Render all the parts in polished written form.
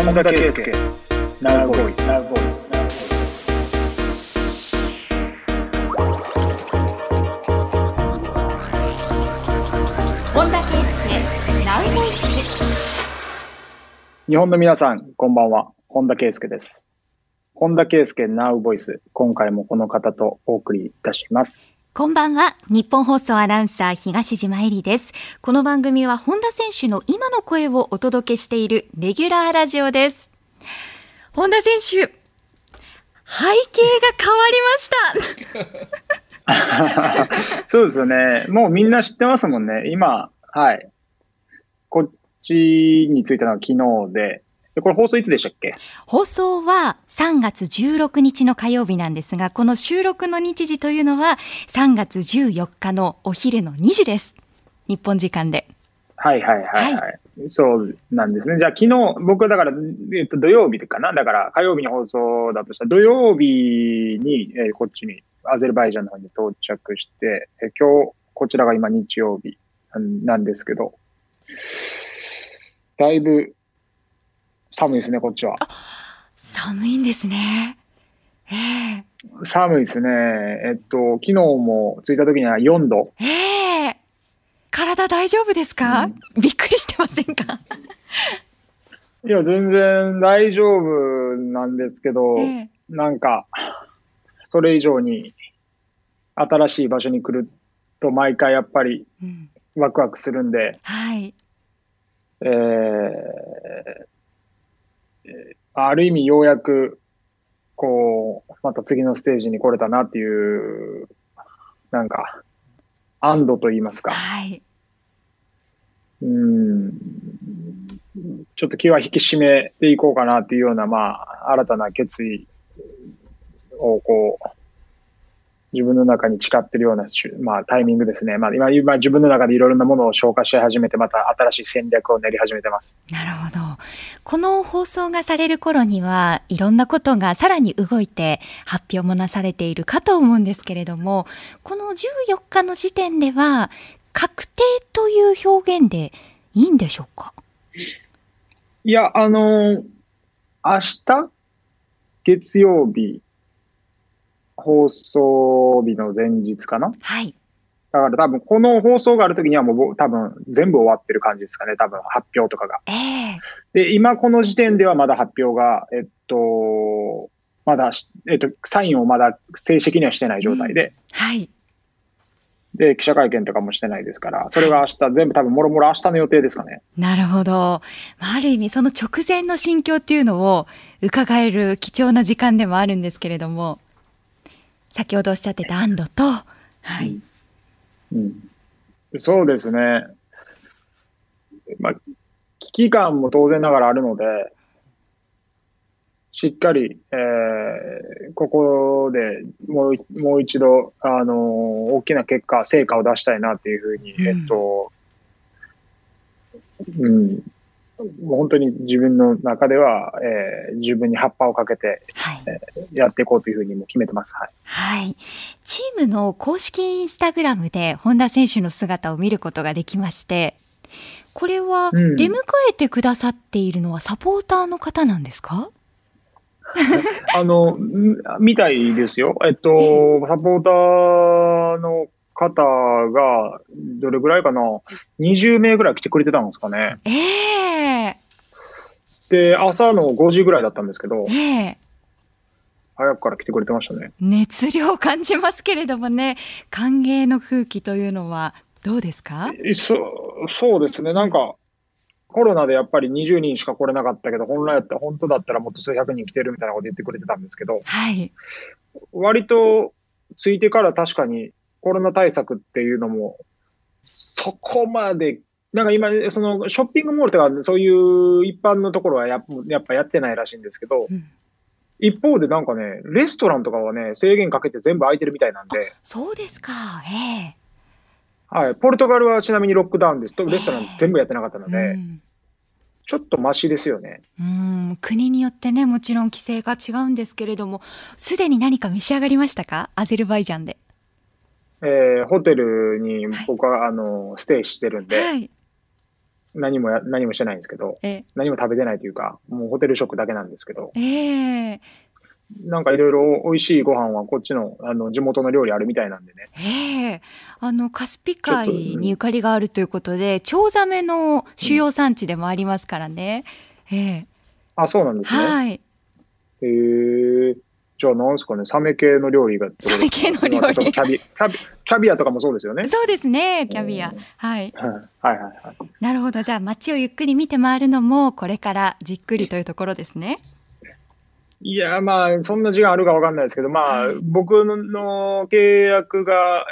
本田圭佑 Now Voice。 本田圭佑 Now Voice。 日本の皆さんこんばんは、本田圭佑です。本田圭佑 Now Voice、 今回もこの方とお送りいたします。 こんばんは、日本放送アナウンサー東島えりです。この番組は本田選手の今の声をお届けしているレギュラーラジオです。本田選手、背景が変わりました。 そうですよね。もうみんな知ってますもんね。今、はい。こっちに着いたのは昨日で、これ放送いつでしたっけ？ 放送は3月16日の火曜日なんですが、この収録の日時というのは3月14日のお昼の2時です。日本時間で。 はいはいはいはい。そうなんですね。じゃあ昨日、僕だから、土曜日かな。だから火曜日に放送だとしたら、土曜日に、こっちに、アゼルバイジャンの方に到着して、今日、こちらが今日曜日なんですけど、だいぶ寒いですね、こっちは。 寒いんですね。 寒いですね。昨日も着いた時には4度。 体大丈夫ですか？びっくりしてませんか？ いや、全然大丈夫なんですけど、なんか、それ以上に新しい場所に来ると毎回やっぱりワクワクするんで、ある意味ようやく、こう、また次のステージに来れたなっていう、なんか、安堵と言いますか。ちょっと気は引き締めていこうかなっていうような、新たな決意をこう、自分の中に誓ってるような、タイミングですね。今自分の中でいろいろなものを消化し始めて、また新しい戦略を練り始めてます。 なるほど。この放送がされる頃には、いろんなことがさらに動いて発表もなされているかと思うんですけれども、この14日の時点では、確定という表現でいいんでしょうか？ いや、明日、月曜日、放送日の前日かな？だから多分この放送がある時にはもう多分全部終わってる感じですかね。多分発表とかが。で、今この時点ではまだ発表が、まだ、サインをまだ正式にはしてない状態で。で、記者会見とかもしてないですから、それが明日、全部多分もろもろ明日の予定ですかね。 なるほど。ある意味その直前の心境っていうのを伺える貴重な時間でもあるんですけれども、先ほどおっしゃってた安堵と、 そうですね。危機感も当然ながらあるので、しっかり、ここでもう一度、大きな成果を出したいなっていうふうに、本当に自分の中では、自分に葉っぱをかけて、やっていこうというふうにも決めてます。 チームの公式インスタグラムで本田選手の姿を見ることができまして、これは出迎えてくださっているのはサポーターの方なんですか？ みたいですよ。サポーターの方が、どれぐらいかな、20名ぐらい来てくれてたんですかね。で、朝の5時ぐらいだったんですけど、早くから来てくれてましたね。 熱量を感じますけれどもね、歓迎の空気というのはどうですか？ そうですね。なんか、コロナでやっぱり20人しか来れなかったけど、本当だったらもっと数百人来てるみたいなこと言ってくれてたんですけど、割とついてから確かにコロナ対策っていうのも、そこまで、なんか今、そのショッピングモールとかそういう一般のところはやっぱやってないらしいんですけど、一方でなんかね、レストランとかはね、制限かけて全部空いてるみたいなんで。 そうですか。 ポルトガルはちなみにロックダウンですと、レストラン全部やってなかったので、ちょっとマシですよね。 国によってね、もちろん規制が違うんですけれども、すでに何か召し上がりましたか？アゼルバイジャンで。 ホテルに僕は、ステイしてるんで、 何もしてないんですけど、何も食べてないというか、もうホテル食だけなんですけど、なんかいろいろ美味しいご飯はこっちの、地元の料理あるみたいなんでね。 カスピ海にゆかりがあるということで、チョウザメの主要産地でもありますからね。 あ、そうなんですね。 はい。 じゃあなんですかね、サメ系の料理が。 サメ系の料理。 キャビアとかもそうですよね。 そうですね、キャビア。はい。 はいはいはい。 なるほど。じゃあ街をゆっくり見て回るのもこれからじっくりというところですね。 いや、まあ、そんな時間あるかわかんないですけど、まあ、僕の契約が、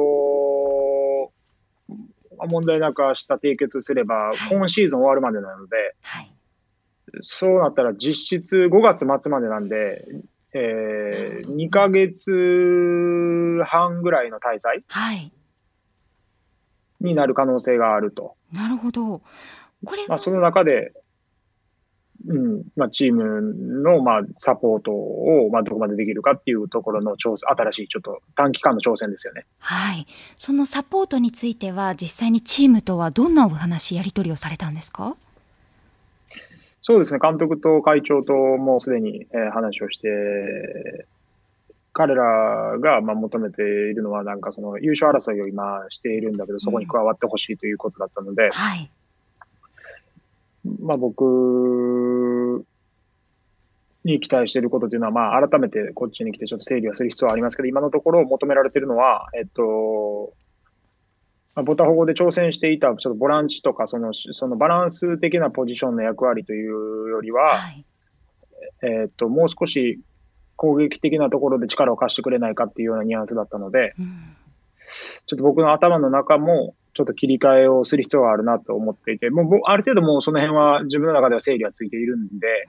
問題なく明日締結すれば、今シーズン終わるまでなので、そうなったら実質5月末までなんで、2ヶ月半ぐらいの滞在になる可能性があると。 なるほど。これはその中で、チームの、サポートを、どこまでできるかっていうところの新しいちょっと短期間の挑戦ですよね。 はい。そのサポートについては、実際にチームとはどんなお話、やり取りをされたんですか？ そうですね。監督と会長ともうすでに話をして、彼らが求めているのは、なんかその優勝争いを今しているんだけど、そこに加わってほしいということだったので、僕に期待していることというのは、改めてこっちに来てちょっと整理はする必要はありますけど、今のところ求められているのは、ボタ保護で挑戦していたちょっとボランチとかそのバランス的なポジションの役割というよりは、もう少し攻撃的なところで力を貸してくれないかっていうようなニュアンスだったので、ちょっと僕の頭の中もちょっと切り替えをする必要があるなと思っていて、もうある程度もうその辺は自分の中では整理はついているんで、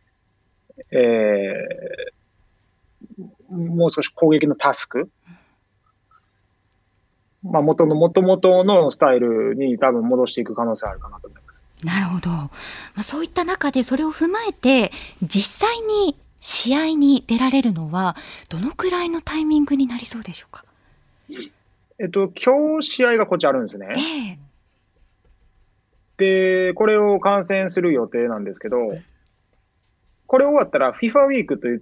もう少し攻撃のタスク、元々のスタイルに多分戻していく可能性あるかなと思います。 なるほど。そういった中でそれを踏まえて、実際に試合に出られるのは、どのくらいのタイミングになりそうでしょうか？ 今日試合がこっちあるんですね。で、これを観戦する予定なんですけど、これ終わったら FIFA ウィークといって、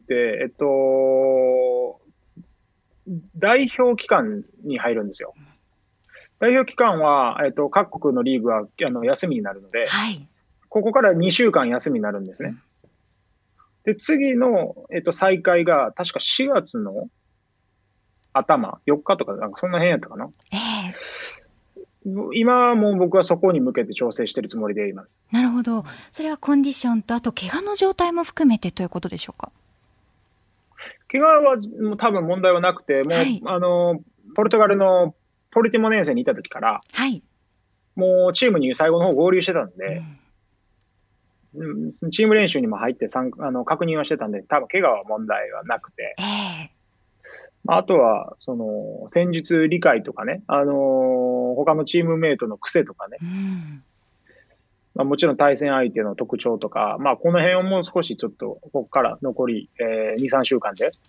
代表期間に入るんですよ。代表期間は、各国のリーグは休みになるので、ここから2週間休みになるんですね。で、次の、再開が確か4月の頭、4日とか、なんかそんな辺やったかな。今も僕はそこに向けて調整しているつもりでいます。 なるほど。それはコンディションと、あと怪我の状態も含めてということでしょうか？ 怪我はもう多分問題はなくて、もう、ポルトガルのポルティモネンセにいた時から、もうチームに最後の方合流してたんで、チーム練習にも入って確認はしてたんで、多分怪我は問題はなくて、あとはその戦術理解とかね、他のチームメイトの癖とかね、もちろん対戦相手の特徴とか、この辺をもう少しちょっとここから残り、2、3週間で、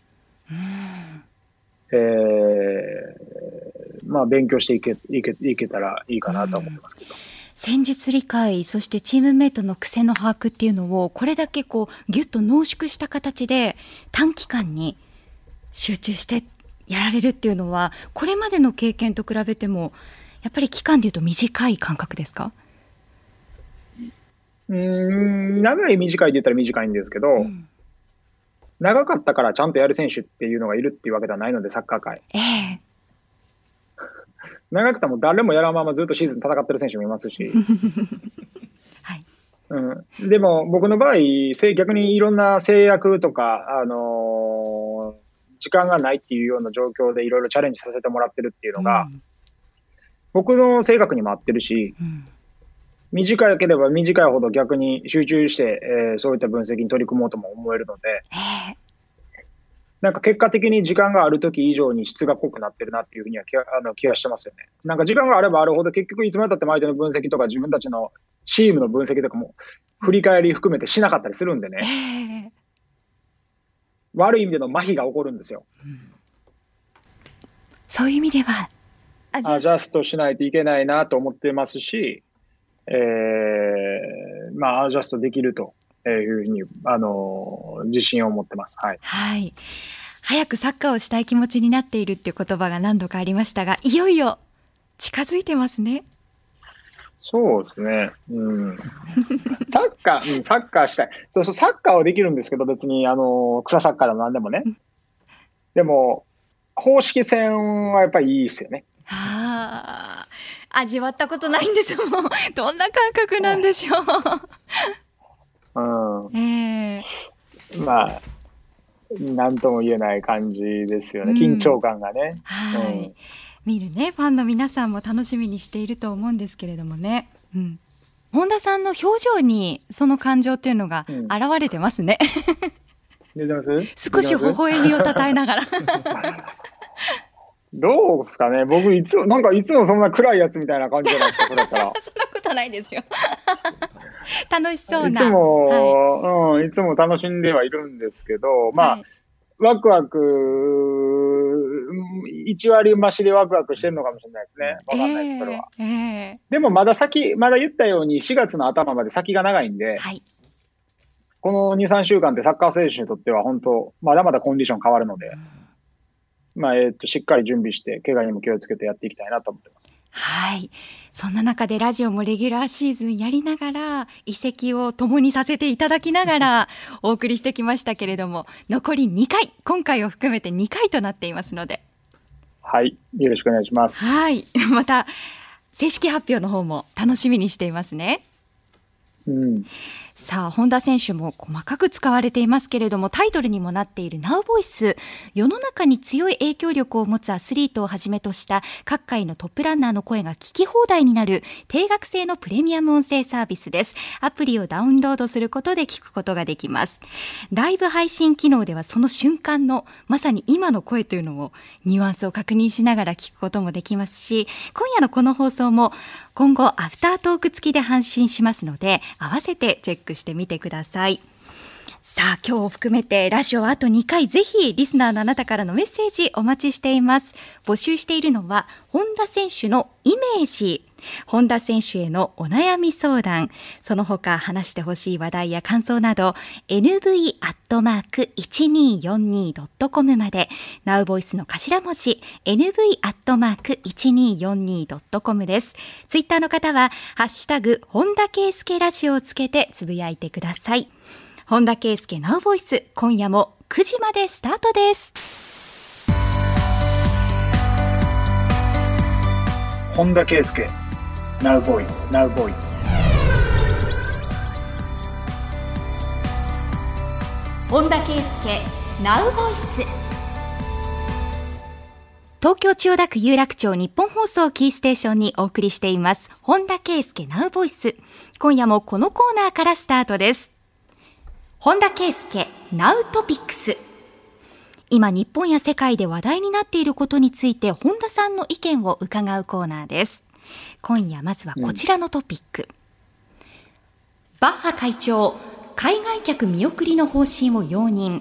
勉強していけたらいいかなと思ってますけど。 戦術理解、そしてチームメイトの癖の把握っていうのを、これだけこうギュッと濃縮した形で短期間に集中してやられるっていうのは、これまでの経験と比べてもやっぱり期間でいうと短い感覚ですか？ 長い短いで言ったら短いんですけど、長かったからちゃんとやる選手っていうのがいるっていうわけではないので、サッカー界。長くても誰もやらんままずっとシーズン戦ってる選手もいますし。でも僕の場合、逆にいろんな制約とか、時間がないっていうような状況でいろいろチャレンジさせてもらってるっていうのが、僕の性格にも合ってるし、短ければ短いほど逆に集中して、そういった分析に取り組もうとも思えるので、なんか結果的に時間がある時以上に質が濃くなってるなっていうふうには気がしてますよね。なんか時間があればあるほど結局いつまでたっても相手の分析とか自分たちのチームの分析とかも振り返り含めてしなかったりするんでね、悪い意味での麻痺が起こるんですよ。 そういう意味ではアジャストしないといけないなと思ってますし、 アジャストできるというふうに、自信を持ってます。はい。 はい。早くサッカーをしたい気持ちになっているっていう言葉が何度かありましたが、いよいよ近づいてますね。 そうですね。サッカーしたい。そう、サッカーはできるんですけど、別に、草サッカーでも何でもね。でも、公式戦はやっぱりいいですよね。 味わったことないんですもん。どんな感覚なんでしょう。 なんとも言えない感じですよね。緊張感がね。 はい。見るね、ファンの皆さんも楽しみにしていると思うんですけれどもね。本田さんの表情にその感情っていうのが現れてますね。 出てます？ 少し微笑みをたたえながら。 どうですかね。僕いつもそんな暗いやつみたいな感じじゃないですか、それだったら。 そんなことないですよ。楽しそうな。 いつも、いつも楽しんではいるんですけど、ワクワク、1割増しでワクワクしてるのかもしれないですね。わかんないです、それは。でもまだ言ったように4月の頭まで先が長いんで、この2、3週間ってサッカー選手にとっては本当、まだまだコンディション変わるので、しっかり準備して、怪我にも気をつけてやっていきたいなと思ってます。 はい。そんな中でラジオもレギュラーシーズンやりながら、移籍を共にさせていただきながらお送りしてきましたけれども、残り2回、今回を含めて2回となっていますので。 はい。よろしくお願いします。 はい。また、正式発表の方も楽しみにしていますね。さあ、本田選手も細かく使われていますけれども、タイトルにもなっている Now Voice、世の中に強い影響力を持つアスリートをはじめとした各界のトップランナーの声が聞き放題になる定額制のプレミアム音声サービスです。アプリをダウンロードすることで聞くことができます。ライブ配信機能ではその瞬間のまさに今の声というのをニュアンスを確認しながら聞くこともできますし、今夜のこの放送も今後アフタートーク付きで配信しますので、合わせてチェックしてみてください。さあ、今日を含めてラジオあと2回、ぜひリスナーのあなたからのメッセージお待ちしています。募集しているのは本田選手のイメージ、本田選手へのお悩み相談、その他話してほしい話題や感想など nv@1242.com まで、 Now Voice の頭文字 nv@1242.com です。ツイッターの方はハッシュタグ本田圭佑ラジオをつけてつぶやいてください。本田圭佑 Now Voice、 今夜も9時までスタートです。 本田圭佑 Now Voice、 Now Voice。 本田圭佑 Now Voice。 東京千代田区有楽町日本放送キーステーションにお送りしています本田圭佑 Now Voice。 今夜もこのコーナーからスタートです。本田圭佑 Now Topics。 今日本や世界で話題になっていることについて本田さんの意見を伺うコーナーです。今夜まずはこちらのトピック、バッハ会長、海外客見送りの方針を容認。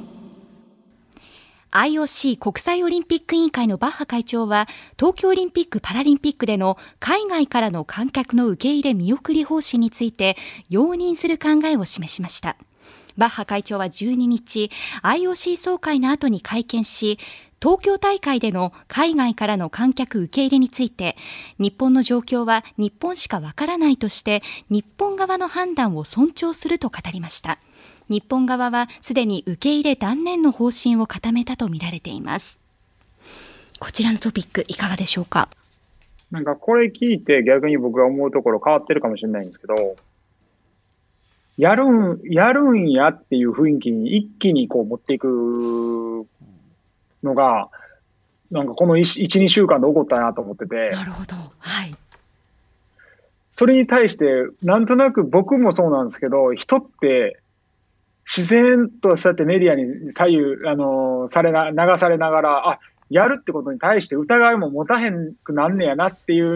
IOC 国際オリンピック委員会のバッハ会長は、東京オリンピック・パラリンピックでの海外からの観客の受け入れ見送り方針について容認する考えを示しました。バッハ会長は12日、IOC 総会の後に会見し、東京大会での海外からの観客受け入れについて、日本の状況は日本しかわからないとして、日本側の判断を尊重すると語りました。日本側はすでに受け入れ断念の方針を固めたとみられています。こちらのトピックいかがでしょうか。 なんかこれ聞いて逆に僕が思うところ変わってるかもしれないんですけど、やるんやっていう雰囲気に一気にこう持っていくのが、なんかこの1、2週間で起こったなと思ってて。 なるほど。はい。 それに対して、なんとなく僕もそうなんですけど、人って自然とそうやってメディアに左右、流されながら、やるってことに対して疑いも持たへんくなんねやなっていう、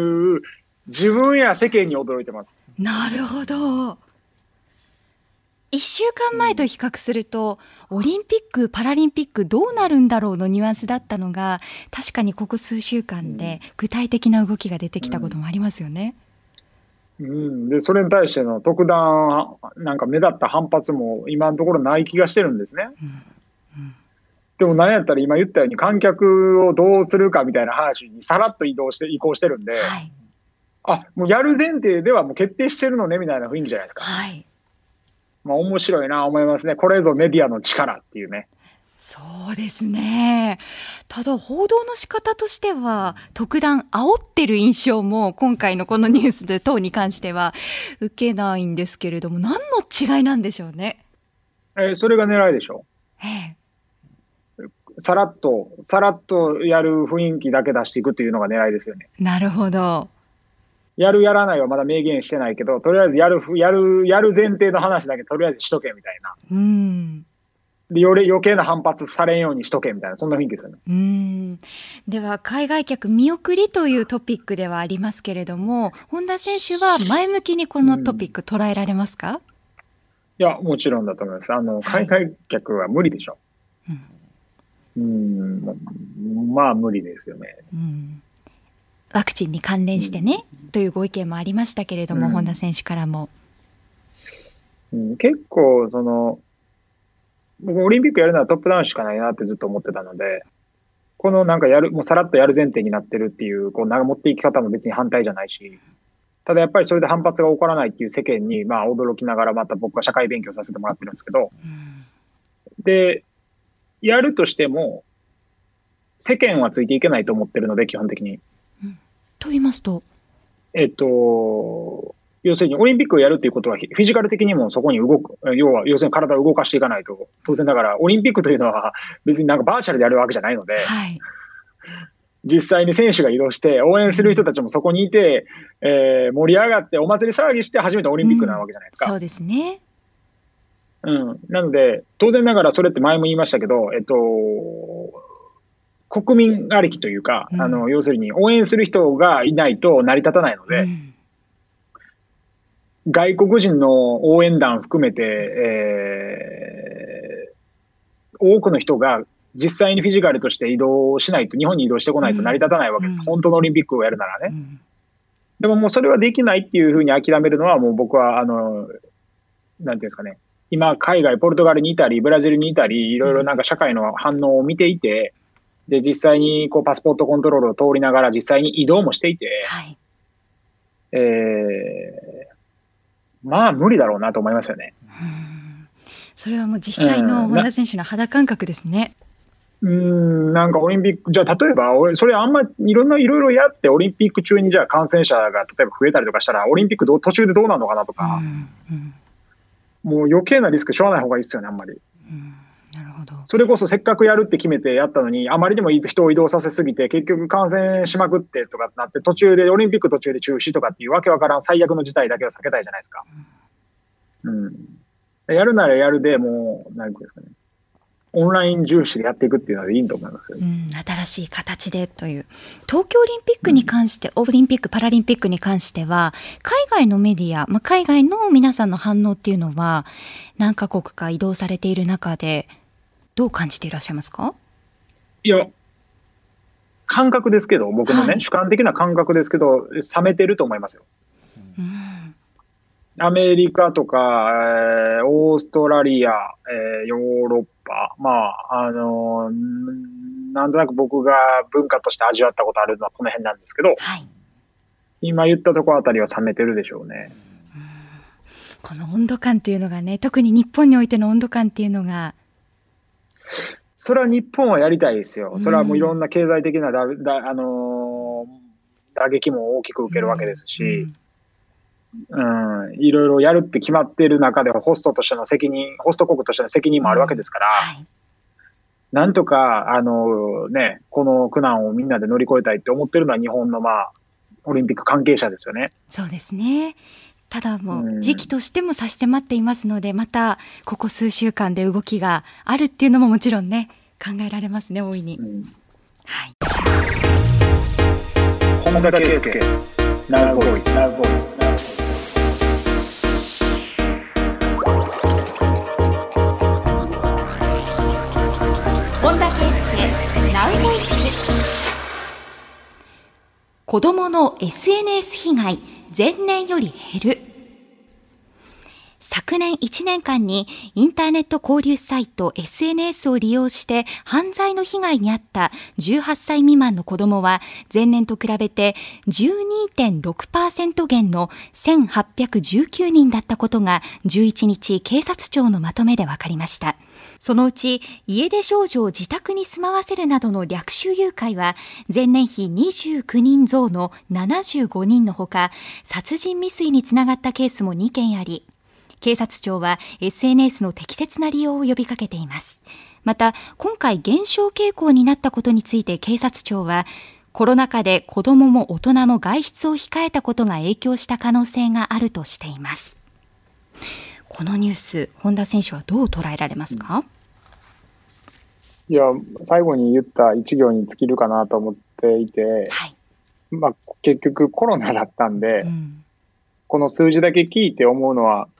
自分や世間に驚いてます。 なるほど。1週間前と比較すると、オリンピック・パラリンピックどうなるんだろうのニュアンスだったのが、確かにここ数週間で具体的な動きが出てきたこともありますよね。 で、それに対しての特段、なんか目立った反発も今のところない気がしてるんですね。でもなんやったら今言ったように観客をどうするかみたいな話にさらっと移行してるんで、もうやる前提ではもう決定してるのねみたいな雰囲気じゃないですか。面白いな思いますね。これぞメディアの力っていうね。 そうですね。ただ報道の仕方としては特段煽ってる印象も今回のこのニュース等に関しては受けないんですけれども、何の違いなんでしょうね。 それが狙いでしょ。さらっとやる雰囲気だけ出していくっていうのが狙いですよね。 なるほど。 やるやらないはまだ明言してないけど、とりあえずやる前提の話だけとりあえずしとけみたいな。で余計な反発されんようにしとけみたいな、そんな雰囲気ですよね。 では海外客見送りというトピックではありますけれども、本田選手は前向きにこのトピック捉えられますか？ いや、もちろんだと思います。海外客は無理でしょ。まあ無理ですよね。 ワクチンに関連してね、というご意見もありましたけれども、本田選手からも。 結構僕オリンピックやるのはトップダウンしかないなってずっと思ってたので、このなんかもうさらっとやる前提になってるっていう、持っていき方も別に反対じゃないし、ただやっぱりそれで反発が起こらないっていう世間に驚きながらまた僕は社会勉強させてもらってるんですけど、で、やるとしても世間はついていけないと思ってるので、基本的に。 と言いますと、 要するにオリンピックをやるっていうことはフィジカル的にもそこに要するに体を動かしていかないと当然だから、オリンピックというのは別になんかバーチャルでやるわけじゃないので、実際に選手が移動して応援する人たちもそこにいて、盛り上がってお祭り騒ぎして初めてオリンピックなわけじゃないですか。 そうですね。 なので当然ながらそれって前も言いましたけど、国民ありきというか、要するに応援する人がいないと成り立たないので、外国人の応援団含めて、多くの人が実際にフィジカルとして移動しないと、日本に移動してこないと成り立たないわけです。本当のオリンピックをやるならね。でももうそれはできないっていうふうに諦めるのはもう僕は、なんていうんですかね。今、海外、ポルトガルにいたり、ブラジルにいたり、いろいろなんか社会の反応を見ていて、で、実際にパスポートコントロールを通りながら実際に移動もしていて、無理だろうなと思いますよね。 それはもう実際の本田選手の肌感覚ですね。 なんかオリンピック、じゃあ例えば、それあんまいろいろやって、オリンピック中にじゃあ感染者が例えば増えたりとかしたら、オリンピック途中でどうなるのかなとか、もう余計なリスクしょうがない方がいいですよね、あんまり。 なるほど。 それこそせっかくやるって決めてやったのに、あまりにも人を移動させすぎて、結局感染しまくってとかってなって、オリンピック途中で中止とかっていうわけわからん最悪の事態だけは避けたいじゃないですか。やるならやるでもう、なんていうんですかね。オンライン重視でやっていくっていうのでいいと思いますよね。 新しい形でという。東京オリンピックに関して、オリンピック・パラリンピックに関しては、海外のメディア、海外の皆さんの反応っていうのは、何カ国か移動されている中で、どう感じていらっしゃいますか？ いや、感覚ですけど、僕のね、主観的な感覚ですけど、冷めてると思いますよ。アメリカとか、オーストラリア、ヨーロッパ、なんとなく僕が文化として味わったことあるのはこの辺なんですけど、今言ったところあたりは冷めてるでしょうね。 この温度感っていうのがね、特に日本においての温度感っていうのが、 それは日本はやりたいですよ。それはもういろんな経済的な打撃も大きく受けるわけですし、いろいろやるって決まっている中でホスト国としての責任もあるわけですから、なんとかこの苦難をみんなで乗り越えたいって思ってるのは日本のオリンピック関係者ですよね。 そうですね。ただもう時期としても差し迫っていますので、またここ数週間で動きがあるっていうのももちろんね、考えられますね、大いに。 本田圭佑、Now Voice。 本田圭佑、Now Voice。子どもの SNS 被害、 前年より減る。昨年1年間にインターネット交流サイト SNS を利用して犯罪の被害に遭った18歳未満の子どもは前年と比べて 12.6% 減の1819人だったことが11日警察庁のまとめで分かりました。そのうち家出少女を自宅に住まわせるなどの略取誘拐は前年比29人増の75人のほか、殺人未遂につながったケースも2件あり、警察庁は SNS の適切な利用を呼びかけています。また、今回減少傾向になったことについて警察庁は、コロナ禍で子どもも大人も外出を控えたことが影響した可能性があるとしています。このニュース、本田選手はどう捉えられますか？ いや、最後に言った一行に尽きるかなと思っていて、はい、結局コロナだったんで、この数字だけ聞いて思うのは、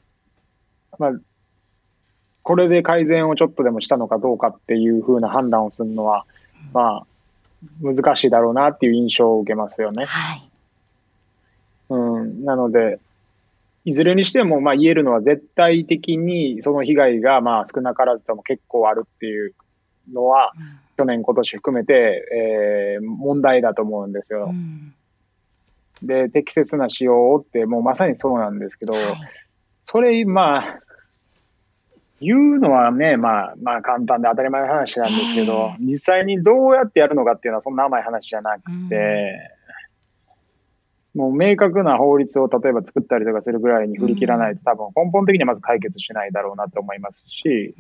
これで改善をちょっとでもしたのかどうかっていう風な判断をするのは、難しいだろうなっていう印象を受けますよね。はい。なので、いずれにしても言えるのは絶対的にその被害が少なからずとも結構あるっていうのは、去年今年含めて、問題だと思うんですよ。で、適切な使用をってもうまさにそうなんですけど、それ言うのはね、簡単で当たり前の話なんですけど、実際にどうやってやるのかっていうのはそんな甘い話じゃなくて、もう明確な法律を例えば作ったりとかするぐらいに振り切らないと多分根本的にはまず解決しないだろうなと思いますし、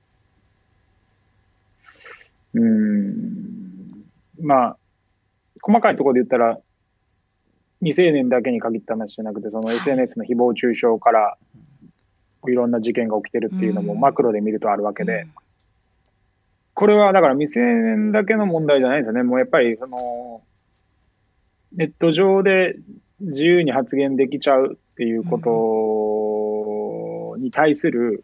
細かいところで言ったら、未成年だけに限った話じゃなくて、その SNS の誹謗中傷からいろんな事件が起きてるっていうのもマクロで見るとあるわけで、これはだから未成年だけの問題じゃないですよね。もうやっぱりそのネット上で自由に発言できちゃうっていうことに対する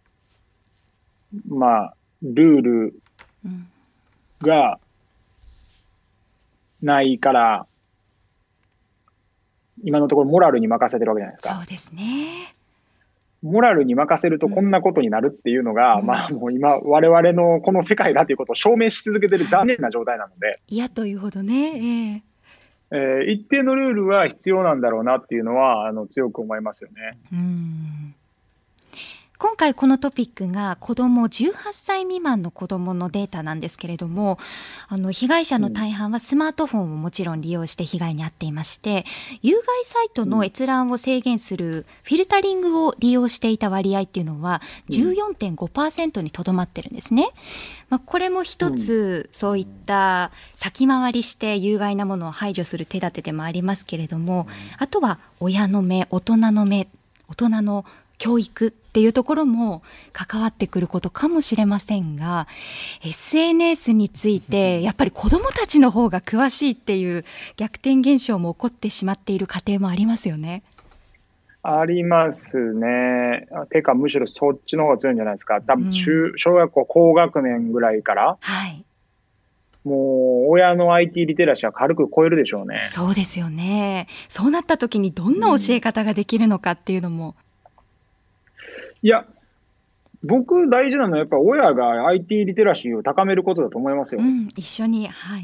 ルールがないから、今のところモラルに任せてるわけじゃないですか。 そうですね。 モラルに任せるとこんなことになるっていうのが、もう今我々のこの世界だということを証明し続けてる残念な状態なので。 嫌というほどね。 一定のルールは必要なんだろうなっていうのは強く思いますよね。 今回このトピックが子ども18歳未満の子どものデータなんですけれども、被害者の大半はスマートフォンをもちろん利用して被害に遭っていまして、有害サイトの閲覧を制限するフィルタリングを利用していた割合っていうのは 14.5% にとどまってるんですね。これも一つそういった先回りして有害なものを排除する手立てでもありますけれども、あとは親の目、大人の目、大人の教育っていうところも関わってくることかもしれませんが、 SNS についてやっぱり子どもたちの方が詳しいっていう逆転現象も起こってしまっている家庭もありますよね。 ありますね。てかむしろそっちの方が強いんじゃないですか。多分小学校高学年ぐらいから、もう親の IT リテラシーは軽く超えるでしょうね。 そうですよね。そうなった時にどんな教え方ができるのかっていうのも、 いや、僕大事なのはやっぱ親が IT リテラシーを高めることだと思いますよ。 一緒に、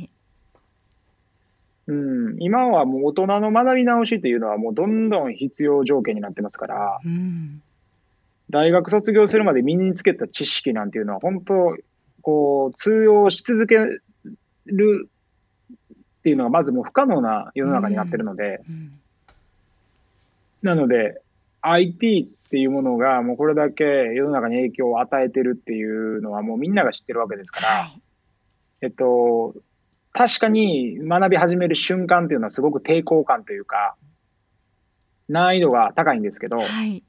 今はもう大人の学び直しっていうのはもうどんどん必要条件になってますから、大学卒業するまで身につけた知識なんていうのは本当通用し続けるっていうのがまずもう不可能な世の中になってるので、なので IT っていうものがもうこれだけ世の中に影響を与えてるっていうのはもうみんなが知ってるわけですから、確かに学び始める瞬間っていうのはすごく抵抗感というか難易度が高いんですけど、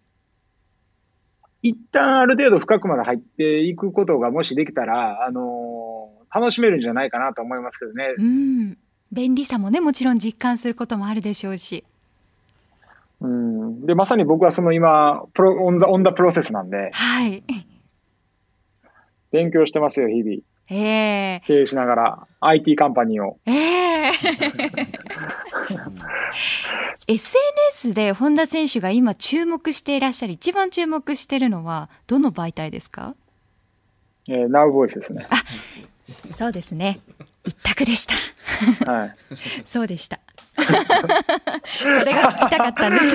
一旦ある程度深くまで入っていくことがもしできたら、楽しめるんじゃないかなと思いますけどね。 便利さもね、もちろん実感することもあるでしょうし。 でまさに僕はその今オンダプロセスなんで、勉強してますよ日々。 経営しながら IT カンパニーを。 SNS で本田選手が今注目していらっしゃる、一番注目しているのはどの媒体ですか ？Now Voice ですね。 そうですね。一択でした。はい。そうでした。それが聞きたかったんです。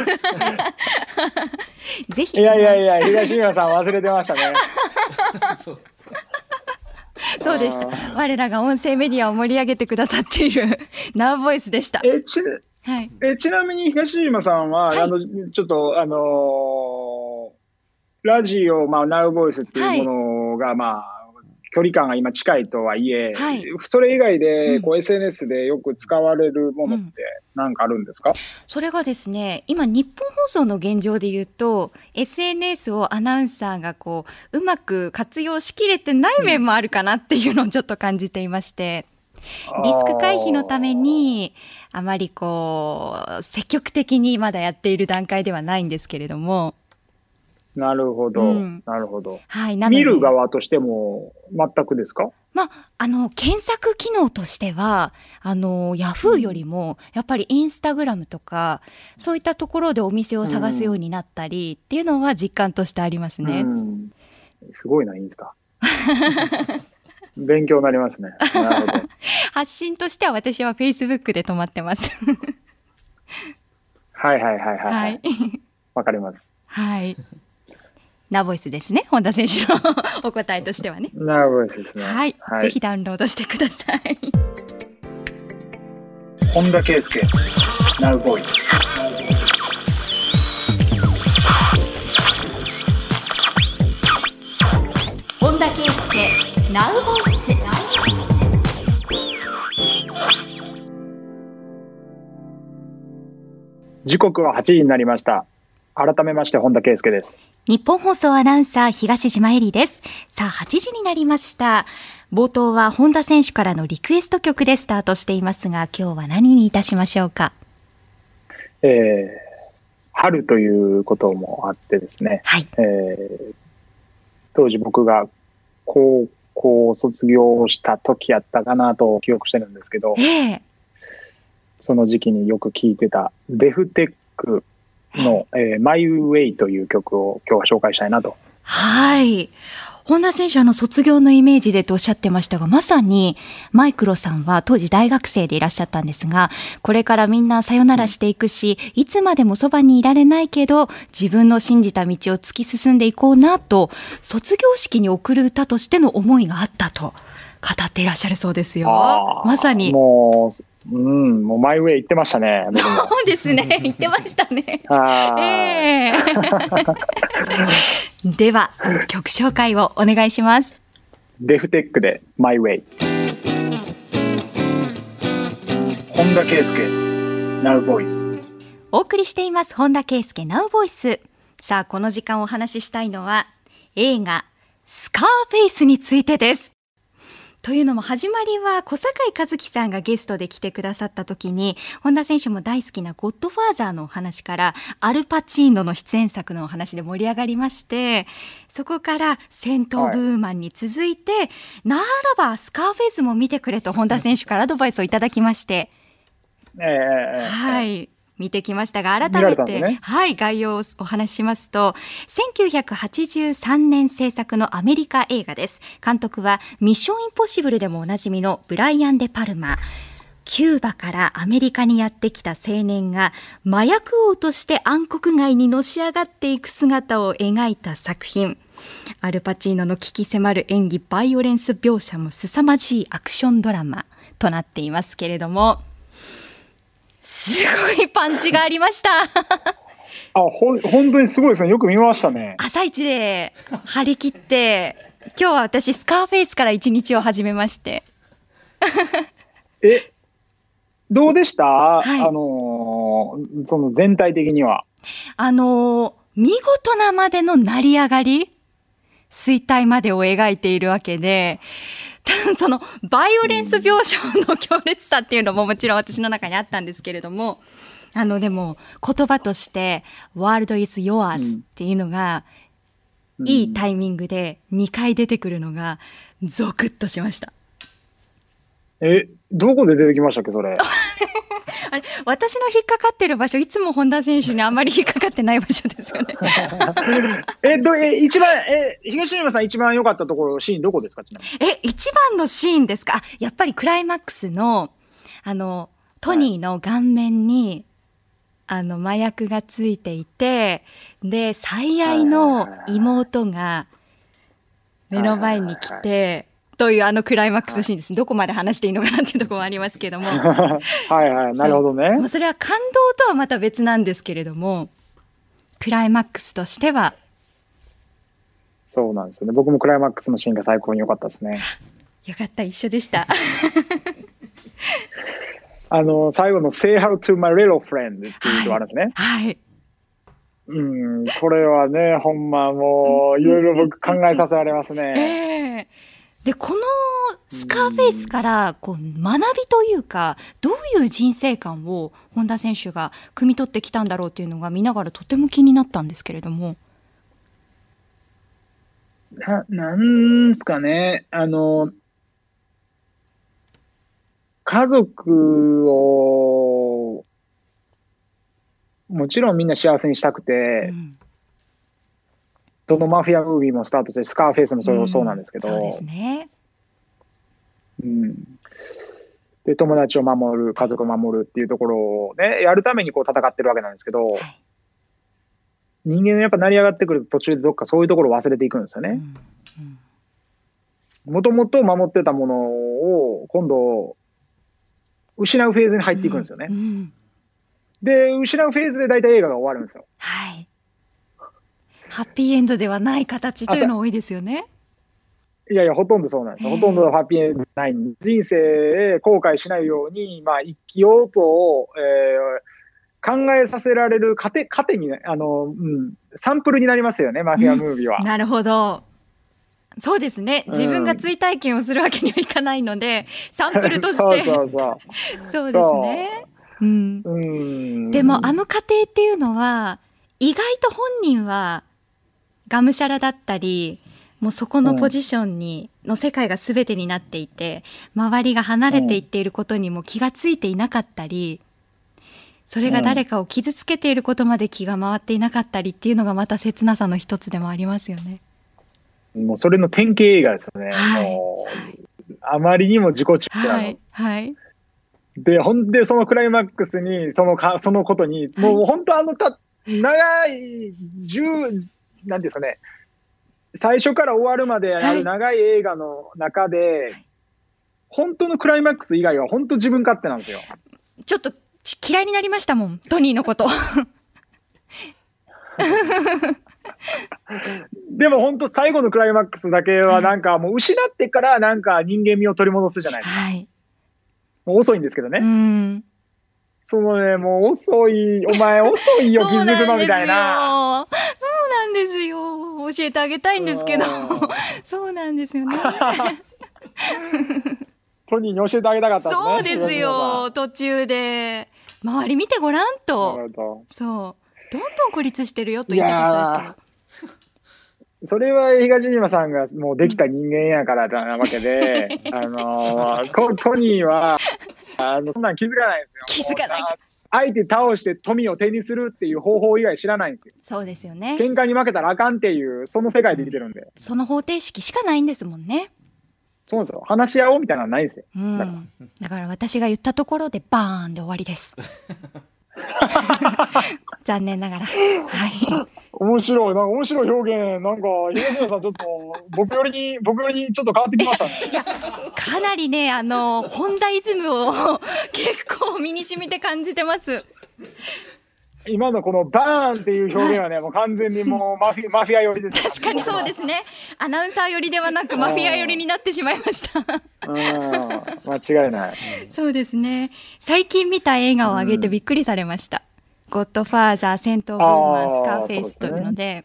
ぜひ。 いや、東村さん忘れてましたね。 そうでした。我らが音声メディアを盛り上げてくださっているNow Voiceでした。 ちなみに東島さんは、ちょっとラジオ、Now Voice っていうものが、距離感が今近いとはいえ、それ以外でSNS でよく使われるものって何かあるんですか？ それがですね、今日本放送の現状で言うと SNS をアナウンサーがうまく活用しきれてない面もあるかなっていうのをちょっと感じていまして、リスク回避のためにあまり積極的にまだやっている段階ではないんですけれども。 なるほど、なるほど。はい、見る側としても全くですか？ 検索機能としてはヤフーよりもやっぱりインスタグラムとかそういったところでお店を探すようになったりっていうのは実感としてありますね。 すごいな、インスタ。勉強になりますね。なるほど。 発信としては私はフェイスブックで止まってます。 はい。わかります。 はい。ナボイスですね、本田選手のお答えとしてはね。 ナボイスですね。 はい、ぜひダウンロードしてください。 本田圭佑、ナウボイス。 本田圭佑、ナウボイス。 時刻は8時になりました。改めまして本田圭佑です。 日本放送アナウンサー東島恵里です。さあ8時になりました。冒頭は本田選手からのリクエスト曲でスタートしていますが、今日は何にいたしましょうか？ 春ということもあってですね、 はい、 当時僕が高校を卒業した時やったかなと記憶してるんですけど、その時期によく聴いてたデフテックの、My Way という曲を今日は紹介したいなと。 はい。本田選手卒業のイメージでとおっしゃってましたが、まさにマイクロさんは当時大学生でいらっしゃったんですが、これからみんなさよならしていくし、いつまでもそばにいられないけど自分の信じた道を突き進んでいこうなと、卒業式に送る歌としての思いがあったと語っていらっしゃるそうですよ。まさにもうマイウェイ言ってましたね。 そうですね、言ってましたね。では曲紹介をお願いします。 デフテックでマイウェイ。本田圭佑 Now Voice。 お送りしています本田圭佑 Now Voice。 さあこの時間お話ししたいのは映画スカーフェイスについてです。というのも始まりは小堺一機さんがゲストで来てくださった時に、本田選手も大好きなゴッドファーザーのお話からアルパチーノの出演作のお話で盛り上がりまして、そこから戦闘ブーマンに続いて、ならばスカーフェイスも見てくれと本田選手からアドバイスをいただきまして、見てきましたが、改めて、概要をお話ししますと、1983年制作のアメリカ映画です。監督はミッションインポッシブルでもおなじみのブライアン・デ・パルマ。キューバからアメリカにやってきた青年が麻薬王として暗黒街にのし上がっていく姿を描いた作品。アルパチーノの鬼気迫る演技、バイオレンス描写も凄まじいアクションドラマとなっていますけれども、すごいパンチがありました。 本当にすごいですね。よく見ましたね。 朝一で張り切って今日は私スカーフェイスから一日を始めまして。 どうでした？その全体的には見事なまでの成り上がり、衰退までを描いているわけで、そのバイオレンス描写の強烈さっていうのももちろん私の中にあったんですけれども、でも言葉として World is yours っていうのがいいタイミングで2回出てくるのがゾクッとしました。 どこで出てきましたっけ、それ。 あれ、私の引っかかってる場所、いつも本田選手にあまり引っかかってない場所ですよね。 一番、東山さん一番良かったところ、シーンどこですか、ちなみに。 一番のシーンですか。やっぱりクライマックスの、トニーの顔面に、麻薬がついていて、で、最愛の妹が目の前に来て、というクライマックスシーンです。どこまで話していいのかなっていうところもありますけども。 はいはい、なるほどね。 もうそれは感動とはまた別なんですけれども、クライマックスとしては。 そうなんですよね。僕もクライマックスのシーンが最高に良かったですね。 よかった、一緒でした。 最後の Say hello to my little friend っていうのがあるんですね。 はい。 これはね、ほんまもう、いろいろ僕考えさせられますね。 で、このスカーフェイスからこう学びというか、どういう人生観を本田選手が汲み取ってきたんだろうというのが見ながらとても気になったんですけれども。 なんすかね、家族をもちろんみんな幸せにしたくて、どのマフィアムービーもスタートして、スカーフェイスもそうなんですけど、 そうですね。 で、友達を守る、家族を守るっていうところをね、やるためにこう戦ってるわけなんですけど、人間やっぱ成り上がってくると途中でどっかそういうところを忘れていくんですよね。もともと守ってたものを今度失うフェーズに入っていくんですよね。で、失うフェーズで大体映画が終わるんですよ。 はい。ハッピーエンドではない形というの多いですよね。 いやいや、ほとんどそうなんです。ほとんどハッピーエンドない。人生後悔しないように、生きようと、考えさせられる糧に、サンプルになりますよね、マフィアムービーは。 なるほど。そうですね。自分が追体験をするわけにはいかないので、サンプルとして。そうですね。でも、過程っていうのは、意外と本人は、がむしゃらだったり、もうそこのポジションの世界が全てになっていて、周りが離れていっていることにも気がついていなかったり、それが誰かを傷つけていることまで気が回っていなかったりっていうのがまた切なさの一つでもありますよね。 もうそれの典型映画ですよね。もうあまりにも自己中なの。で、ほんでそのクライマックスにそのことに、もう本当長いなんですかね、最初から終わるまである長い映画の中で、本当のクライマックス以外は本当自分勝手なんですよ。 ちょっと嫌いになりましたもん、トニーのこと。 でも本当最後のクライマックスだけはなんかもう失ってからなんか人間味を取り戻すじゃないですか。もう遅いんですけどね。そのね、もう遅い、お前遅いよ、気づくのみたいな。 そうなんですよ。教えてあげたいんですけど。そうなんですよね。 トニーに教えてあげたかったですね。 そうですよ、途中で。周り見てごらんと。そう。どんどん孤立してるよと言いたかったですけど。 それは東島さんがもうできた人間やからなわけで、トニーは、そんなん気づかないんですよ。 気づかない。 相手倒して富を手にするっていう方法以外知らないんですよ。 そうですよね。 喧嘩に負けたらあかんっていう、その世界で生きてるんで。 その方程式しかないんですもんね。 そうなんですよ。話し合おうみたいなのはないんですよ。 だから私が言ったところでバーンで終わりです。残念ながら。 面白い表現、なんか東野さんちょっと僕よりにちょっと変わってきましたね。 いや、かなりね、本田イズムを結構身に染みて感じてます。 今のこのバーンっていう表現はね、もう完全にもうマフィア寄りです。 確かにそうですね。アナウンサー寄りではなくマフィア寄りになってしまいました。 間違いない。 そうですね。最近見た映画を挙げてびっくりされました。ゴッドファーザー、戦闘ブーマン、スカーフェイスというので、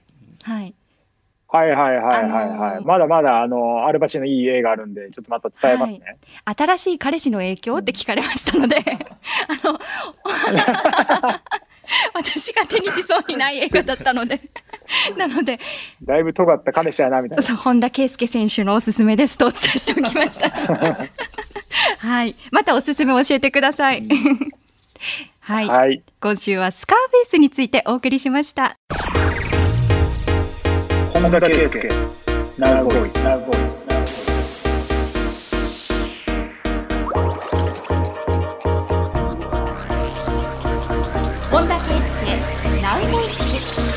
まだまだアルパチーノいい映画あるんで、ちょっとまた伝えますね。 新しい彼氏の影響って聞かれましたので、 私が手にしそうにない映画だったのでなのでだいぶ尖った彼氏やなみたいな。 そう、本田圭佑選手のおすすめですとお伝えしておきましたはい、またおすすめ教えてくださいはい、はい、今週はスカーフェイスについてお送りしました。 本田圭佑 Now Voice。 本田圭佑 Now Voice。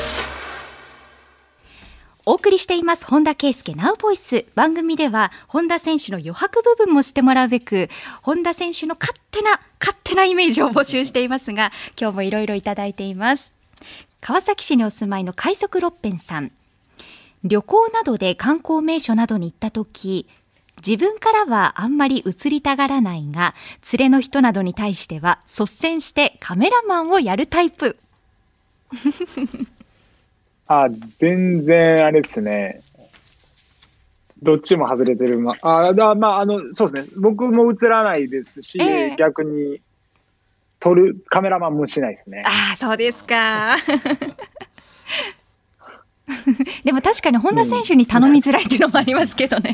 お送りしています本田圭佑 Now Voice。 番組では本田選手の余白部分もしてもらうべく、本田選手の勝手なイメージを募集していますが、今日もいろいろいただいています。川崎市にお住まいの快速六辺さん。旅行などで観光名所などに行った時、自分からはあんまり映りたがらないが、連れの人などに対しては率先してカメラマンをやるタイプ全然あれですね。どっちも外れてる。そうですね。僕も映らないですし、逆に撮るカメラマンもしないですね。 そうですか。でも確かに本田選手に頼みづらいっていうのもありますけどね。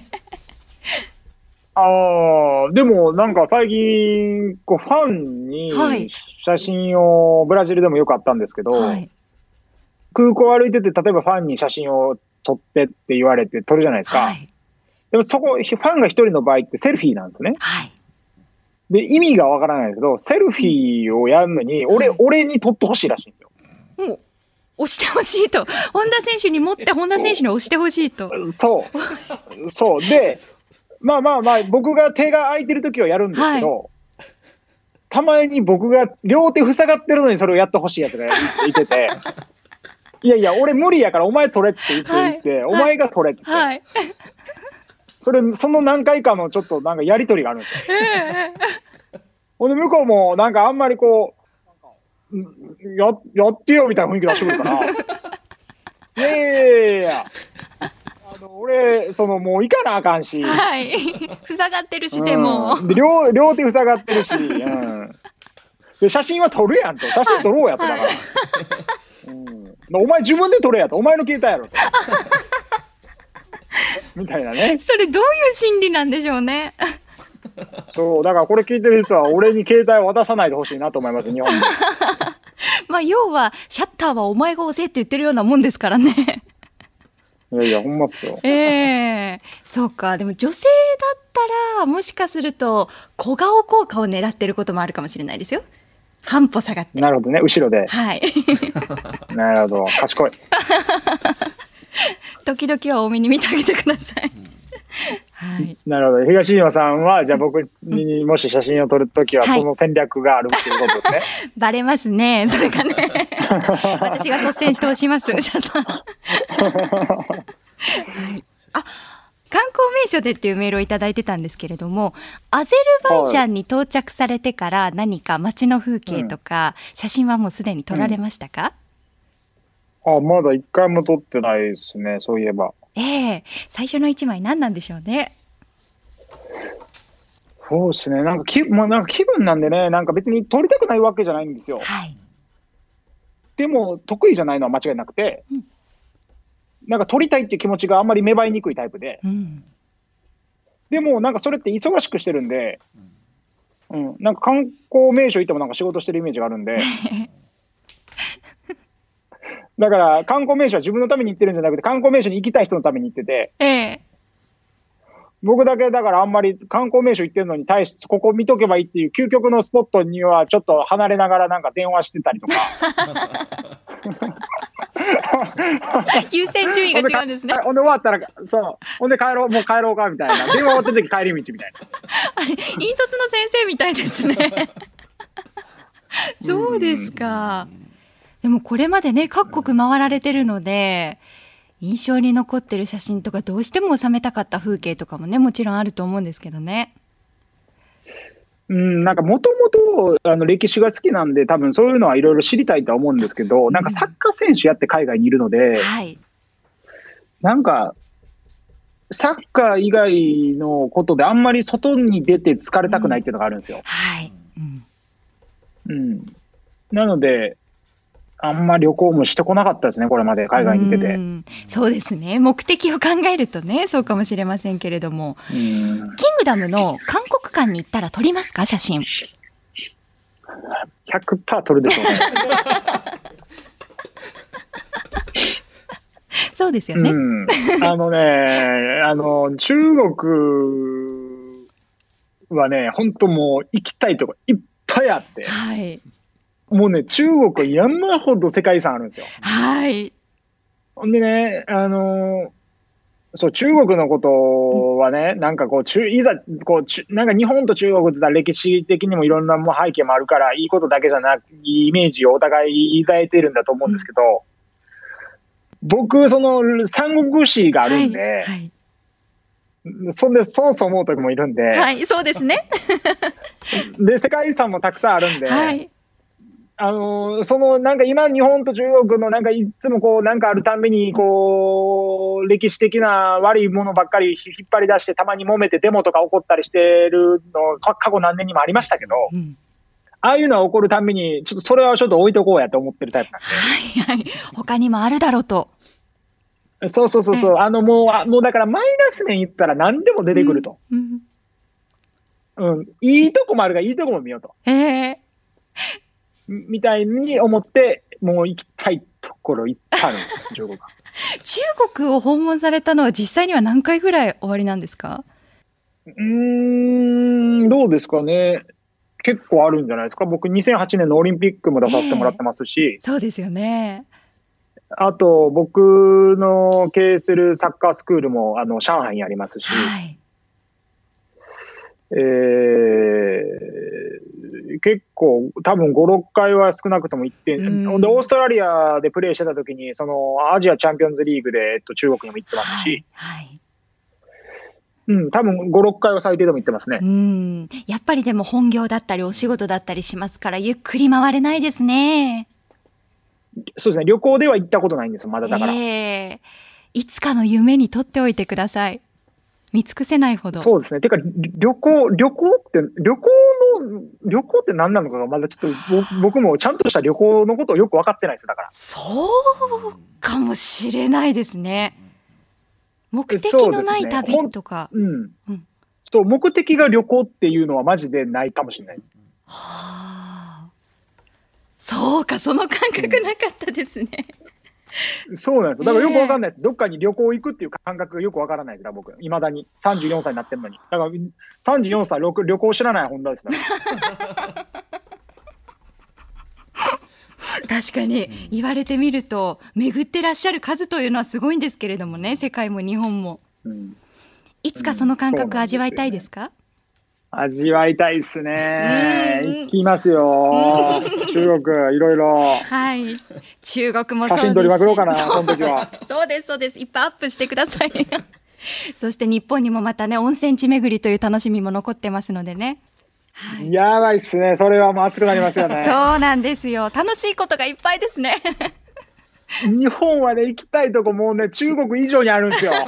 でもなんか最近ファンに写真を、ブラジルでもよくあったんですけど、空港歩いてて例えばファンに写真を撮ってって言われて撮るじゃないですか。でもそこファンが一人の場合ってセルフィーなんですね。で意味がわからないですけど、セルフィーをやるのに俺に撮ってほしいらしいんですよ。 押してほしいと。本田選手に持って本田選手に押してほしいと。 そうで、僕が手が空いてる時はやるんですけど、たまに僕が両手塞がってるのにそれをやってほしいやつがいてていや俺無理やからお前取れっつって言って、お前が取れっつって、その何回かのちょっとなんかやり取りがあるんですよ。ほんで向こうもなんかあんまりやってよみたいな雰囲気出してくるからいや俺もう行かなあかんし、 塞がってるし、でも両手塞がってるし、で写真は撮るやんと、写真撮ろうやと、だからお前自分で撮れやと、お前の携帯やろとみたいなね。 それどういう心理なんでしょうね。 そうだからこれ聞いてる人は俺に携帯を渡さないでほしいなと思います、日本で。 要はシャッターはお前が押せって言ってるようなもんですからね。 いやほんまっすよ。 そうか。でも女性だったらもしかすると小顔効果を狙ってることもあるかもしれないですよ。半歩下がって。 なるほどね、後ろで。なるほど、賢い。 時々は多めに見てあげてください。 なるほど。東島さんはじゃあ僕にもし写真を撮るときはその戦略があるっていうことですね。 バレますね、それがね。私が率先して押します。観光名所でっていうメールをいただいてたんですけれども、アゼルバイジャンに到着されてから何か街の風景とか写真はもうすでに撮られましたか？ まだ一回も撮ってないですね、そういえば。 最初の一枚何なんでしょうね。 そうですね、なんか気分なんでね、なんか別に撮りたくないわけじゃないんですよ。でも得意じゃないのは間違いなくて、なんか撮りたいっていう気持ちがあんまり芽生えにくいタイプで、でもなんかそれって忙しくしてるんで、なんか観光名所行ってもなんか仕事してるイメージがあるんでだから観光名所は自分のために行ってるんじゃなくて、観光名所に行きたい人のために行ってて、僕だけだからあんまり観光名所行ってるのに対してここ見とけばいいっていう究極のスポットにはちょっと離れながらなんか電話してたりとか優先順位が違うんですね。 ほんで終わったらほんで帰ろうかみたいな、電話終わってる時帰り道みたいな。 あれ引率の先生みたいですね。そうですか。でもこれまでね各国回られてるので、印象に残ってる写真とかどうしても収めたかった風景とかもね、もちろんあると思うんですけどね。 なんかもともと歴史が好きなんで、多分そういうのはいろいろ知りたいとは思うんですけど、なんかサッカー選手やって海外にいるので、なんかサッカー以外のことであんまり外に出て疲れたくないっていうのがあるんですよ。なのであんま旅行もしてこなかったですね、これまで海外に行ってて。 そうですね。目的を考えるとね、そうかもしれませんけれども。キングダムの韓国館に行ったら撮りますか、写真。 100% 撮るでしょうね。 そうですよね。 中国はね、本当もう行きたいとこいっぱいあって。 はい。 もうね、中国は山ほど世界遺産あるんですよ。 はい。 ほんでね、そう、中国のことはね、なんかこう、なんか日本と中国って言ったら歴史的にもいろんな背景もあるから、いいことだけじゃないイメージをお互い抱いてるんだと思うんですけど、僕、その、三国志があるんで、はいはい、そんで、そうそう思う時もいるんで、 はい、そうですね。 で、世界遺産もたくさんあるんで、はい、なんか今日本と中国のなんかいつもこうなんかあるたんびにこう歴史的な悪いものばっかり引っ張り出してたまに揉めてデモとか起こったりしてるの過去何年にもありましたけど、ああいうのが起こるたんびにちょっとそれはちょっと置いとこうやと思ってるタイプなんで。 はいはい。他にもあるだろうと。 そうそうそうそう。もうだからマイナス面言ったら何でも出てくると。いいとこもあるからいいとこも見ようと。みたいに思って、もう行きたいところ行ったの、中国。 中国を訪問されたのは実際には何回ぐらいおありなんですか？ どうですかね。結構あるんじゃないですか。僕2008年のオリンピックも出させてもらってますし。 そうですよね。 あと、僕の経営するサッカースクールも上海にありますし。はい。結構多分5、6回は少なくとも行って、で、オーストラリアでプレーしてた時に、そのアジアチャンピオンズリーグで、中国にも行ってますし、はいはい、多分5、6回は最低でも行ってますね。 やっぱりでも本業だったりお仕事だったりしますから、ゆっくり回れないですね。 そうですね、旅行では行ったことないんです、まだだから。 いつかの夢にとっておいてください。見尽くせないほど。 そうですね。てか、旅行って何なのかがまだちょっと僕もちゃんとした旅行のことをよく分かってないですよ、だから。 そうかもしれないですね。目的のない旅とか。 そう、目的が旅行っていうのはマジでないかもしれないです。 そうか、その感覚なかったですね。 そうなんですよ。だからよくわかんないです。どっかに旅行行くっていう感覚がよくわからないです。僕、いまだに。34歳になってるのに。だから、34歳、旅行知らない本田です。 確かに、言われてみると、巡ってらっしゃる数というのはすごいんですけれどもね、世界も日本も。いつかその感覚味わいたいですか？ 味わいたいですね。行きますよ。中国、いろいろ。 はい。中国もそうですし。 写真撮りまくろうかな、その時は。 そうです、そうです。いっぱいアップしてください。そして日本にもまたね、温泉地巡りという楽しみも残ってますのでね。 はい、やばいっすね。それはもう熱くなりますよね。 そうなんですよ。楽しいことがいっぱいですね。 日本はね、行きたいとこもうね、中国以上にあるんですよ。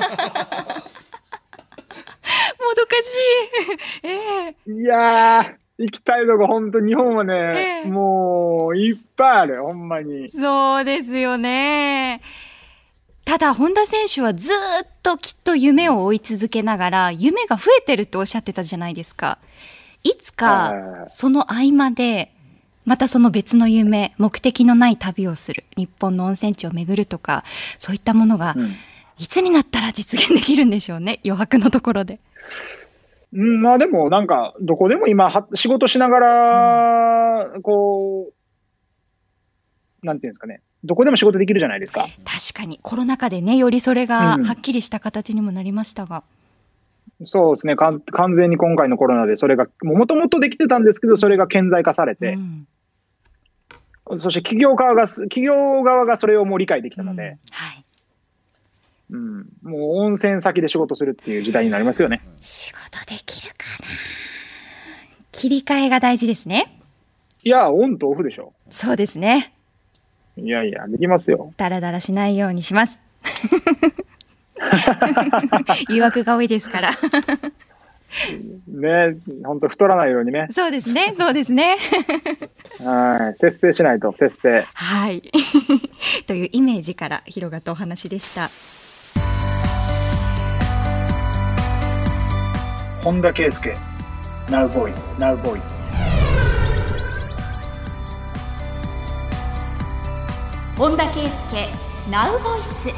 もどかしい。 いやー、行きたいとこ本当日本はね、もういっぱいある、ほんまに。 そうですよね。ただ本田選手はずっときっと夢を追い続けながら、夢が増えてるっておっしゃってたじゃないですか。いつかその合間でまたその別の夢、目的のない旅をする、日本の温泉地を巡るとか、そういったものが、いつになったら実現できるんでしょうね、余白のところで。 まあでもなんかどこでも今仕事しながらこう、なんていうんですかね、どこでも仕事できるじゃないですか。 確かにコロナ禍でね、よりそれがはっきりした形にもなりましたが、 そうですね、完全に今回のコロナでそれがもともとできてたんですけど、それが顕在化されて、そして企業側がそれをもう理解できたので、もう温泉先で仕事するっていう時代になりますよね。 仕事できるかな。切り替えが大事ですね。 いや、オンとオフでしょ。 そうですね。 いやいや、できますよ。 だらだらしないようにします。誘惑が多いですから。 ね、本当太らないようにね。 そうですね、そうですね。 はい、節制しないと、節制。 はい。というイメージから広がったお話でした。 本田圭佑、Now Voice、Now Voice。 本田圭佑、Now Voice。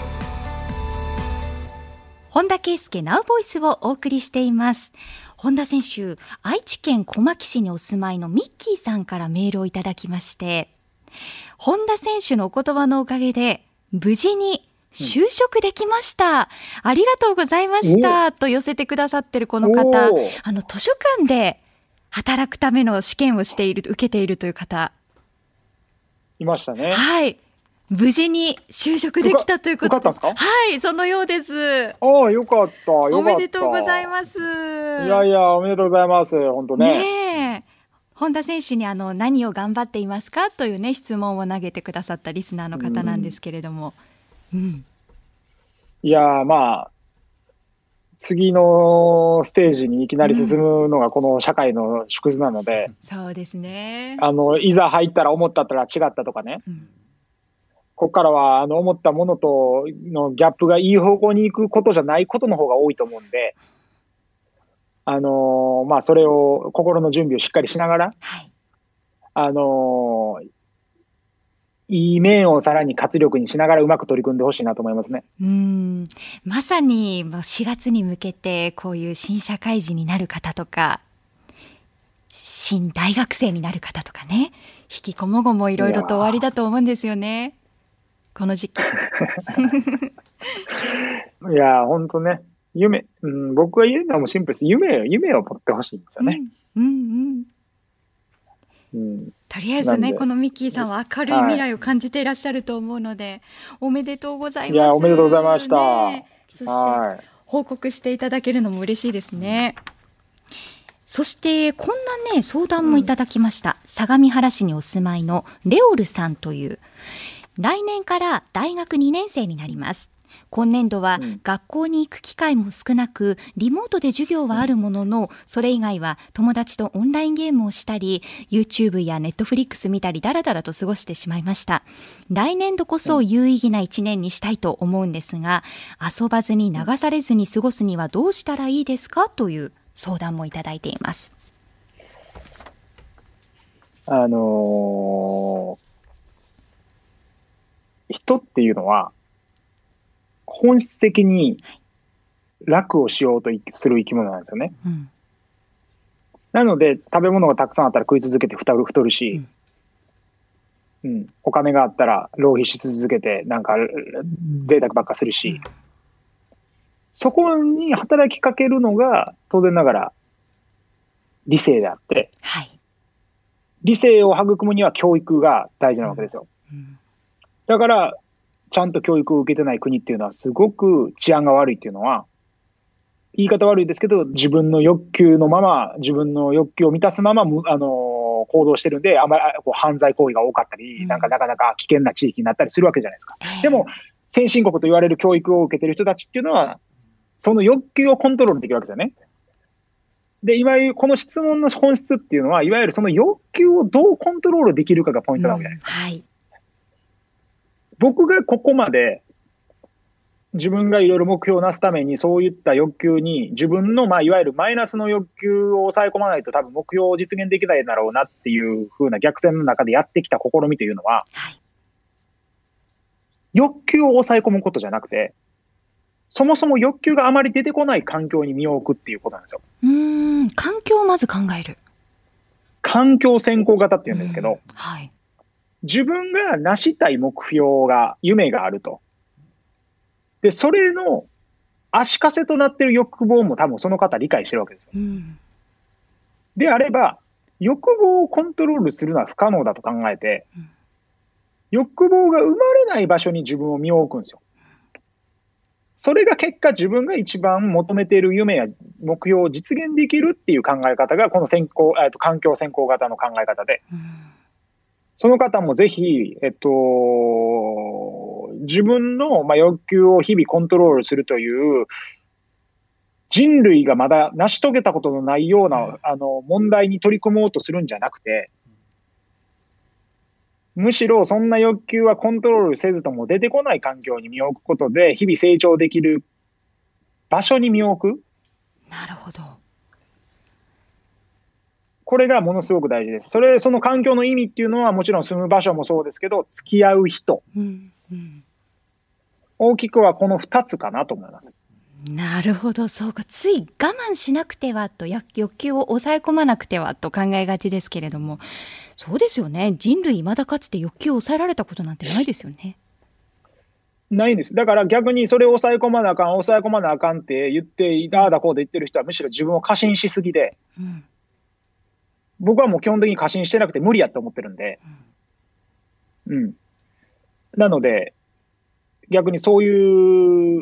本田圭佑 Now Voice をお送りしています。本田選手、愛知県小牧市にお住まいのミッキーさんからメールをいただきまして、本田選手のお言葉のおかげで無事に就職できました、ありがとうございましたと寄せてくださってるこの方、図書館で働くための試験を受けているという方いましたね。 はい、無事に就職できたということです。はい、そのようです。 ああ、よかった、よかった。 おめでとうございます。いやいや、おめでとうございます。本当ね。 ねえ、本田選手に何を頑張っていますかというね、質問を投げてくださったリスナーの方なんですけれども。 いや、まあ、次のステージにいきなり進むのがこの社会の縮図なので、 そうですね。 いざ入ったら思ったら違ったとかね。ここからは思ったものとのギャップがいい方向に行くことじゃないことの方が多いと思うんで、まあ、それを心の準備をしっかりしながら、いい面をさらに活力にしながらうまく取り組んでほしいなと思いますね。 まさに4月に向けてこういう新社会人になる方とか新大学生になる方とかね、引きこもごもいろいろと終わりだと思うんですよね、この時期。 いや本当ね、夢、僕が言うのもシンプルです。夢を持ってほしいんですよね。 とりあえずね、このミッキーさんは明るい未来を感じていらっしゃると思うので、おめでとうございます。 いや、おめでとうございました。 そして報告していただけるのも嬉しいですね。そしてこんなね、相談もいただきました。相模原市にお住まいのレオルさんという、来年から大学2年生になります。今年度は学校に行く機会も少なく、リモートで授業はあるものの、それ以外は友達とオンラインゲームをしたり、 YouTube や Netflix 見たりだらだらと過ごしてしまいました。来年度こそ有意義な1年にしたいと思うんですが、遊ばずに流されずに過ごすにはどうしたらいいですかという相談もいただいています。 人っていうのは本質的に楽をしようとする生き物なんですよね。なので食べ物がたくさんあったら食い続けて太るし、お金があったら浪費し続けてなんか贅沢ばっかするし、そこに働きかけるのが当然ながら理性であって、理性を育むには教育が大事なわけですよ。だからちゃんと教育を受けてない国っていうのはすごく治安が悪いっていうのは、言い方悪いですけど、自分の欲求のまま、自分の欲求を満たすまま、行動してるんで、あまり犯罪行為が多かったり、なかなか危険な地域になったりするわけじゃないですか。でも、先進国と言われる教育を受けてる人たちっていうのは、その欲求をコントロールできるわけですよね。で、いわゆるこの質問の本質っていうのは、いわゆるその欲求をどうコントロールできるかがポイントなわけじゃないですか。僕がここまで自分がいろいろ目標をなすためにそういった欲求に自分のいわゆるマイナスの欲求を抑え込まないと多分目標を実現できないだろうなっていう風な逆線の中でやってきた試みというのは、欲求を抑え込むことじゃなくて、そもそも欲求があまり出てこない環境に身を置くっていうことなんですよ。 環境をまず考える。 環境先行型っていうんですけど、自分が成したい目標が、夢があると。で、それの足かせとなっている欲望も多分その方理解してるわけですよ。であれば、欲望をコントロールするのは不可能だと考えて、欲望が生まれない場所に自分を身を置くんですよ。それが結果、自分が一番求めている夢や目標を実現できるっていう考え方が、この環境先行型の考え方で、その方もぜひ、自分の欲求を日々コントロールするという人類がまだ成し遂げたことのないような、問題に取り組もうとするんじゃなくて、むしろそんな欲求はコントロールせずとも出てこない環境に身を置くことで、日々成長できる場所に身を置く。 なるほど。 これがものすごく大事です。その環境の意味っていうのはもちろん住む場所もそうですけど、付き合う人。大きくはこの2つかなと思います。 なるほど。そうか。つい我慢しなくてはと、欲求を抑え込まなくてはと考えがちですけれども、そうですよね。人類未だかつて欲求を抑えられたことなんてないですよね。 ないんです。だから逆にそれを抑え込まなあかん、抑え込まなあかんって言って、ああだこうで言ってる人はむしろ自分を過信しすぎで、僕はもう基本的に過信してなくて無理やって思ってるんで、なので、逆にそういう、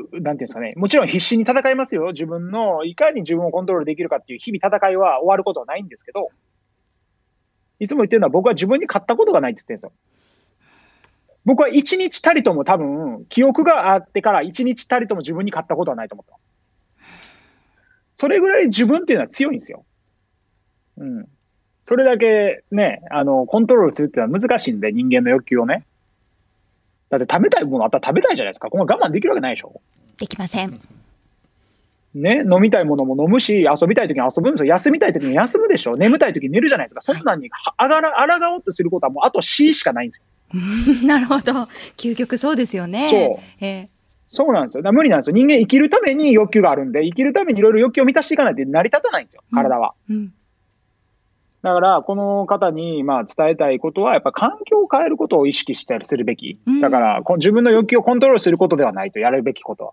なんていうんですかね、もちろん必死に戦いますよ。いかに自分をコントロールできるかっていう日々戦いは終わることはないんですけど、いつも言ってるのは僕は自分に勝ったことがないって言ってるんですよ。僕は一日たりとも多分、記憶があってから一日たりとも自分に勝ったことはないと思ってます。それぐらい自分っていうのは強いんですよ。それだけね、コントロールするっていうのは難しいんで、人間の欲求をね。だって食べたいものあったら食べたいじゃないですか。こんな我慢できるわけないでしょ。 できません。 ね、飲みたいものも飲むし、遊びたいときに遊ぶんですよ。休みたいときに休むでしょ。眠たいときに寝るじゃないですか。そんなに抗おうとすることはもうあと C しかないんですよ。なるほど。究極そうですよね。 そうなんですよ。無理なんですよ。人間生きるために欲求があるんで、生きるためにいろいろ欲求を満たしていかないと成り立たないんですよ、体は。だから、この方に伝えたいことは、やっぱ環境を変えることを意識したりするべき。だから、自分の欲求をコントロールすることではないと、やるべきことは。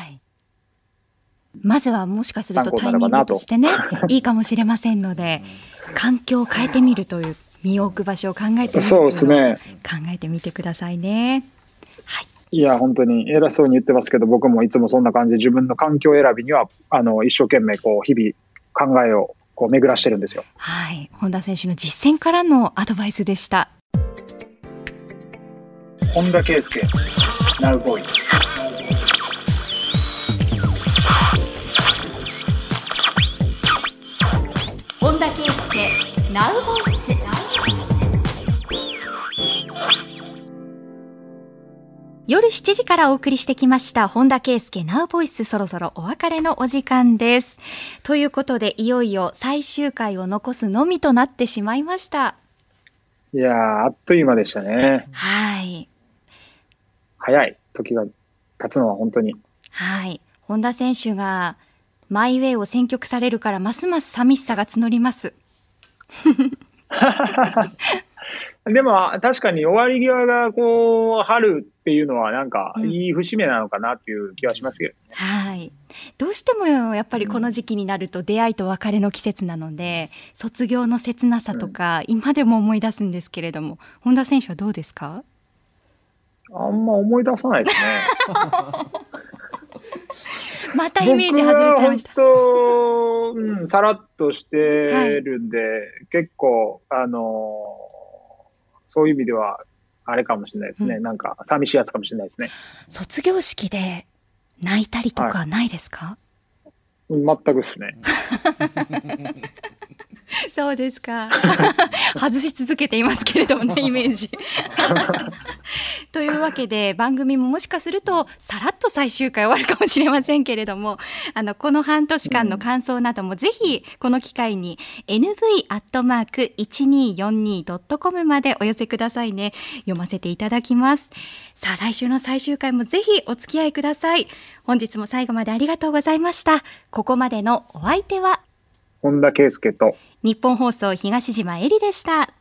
まずはもしかするとタイミングとしてね、いいかもしれませんので、環境を変えてみるという、身を置く場所を考えてみるというのを考えてみてくださいね。 いや、本当に偉そうに言ってますけど、僕もいつもそんな感じで自分の環境選びには、一生懸命日々考えを巡らしてるんですよ。 本田選手の実践からのアドバイスでした。 本田圭佑、Now Voice。 本田圭佑、Now Voice。夜7時からお送りしてきました本田圭佑 Now Voice、 そろそろお別れのお時間です。ということでいよいよ最終回を残すのみとなってしまいました。 いやー、あっという間でしたね。早い。時が経つのは本当に。 本田選手がマイウェイを選曲されるからますます寂しさが募ります。 でも確かに終わり際が春っていうのはなんかいい節目なのかなっていう気はしますけどね。 どうしてもやっぱりこの時期になると出会いと別れの季節なので、卒業の切なさとか今でも思い出すんですけれども、本田選手はどうですか？ あんま思い出さないですね。 またイメージ外れちゃいました。 僕は本当、さらっとしてるんで、結構そういう意味ではあれかもしれないですね。なんか寂しいやつかもしれないですね。 卒業式で泣いたりとかないですか？ 全くですね。 そうですか。外し続けていますけれどもね、イメージ。というわけで番組ももしかするとさらっと最終回終わるかもしれませんけれども、この半年間の感想などもぜひこの機会に nv@1242.com までお寄せくださいね。読ませていただきます。さあ来週の最終回もぜひお付き合いください。本日も最後までありがとうございました。ここまでのお相手は本田圭佑と日本放送東島えりでした。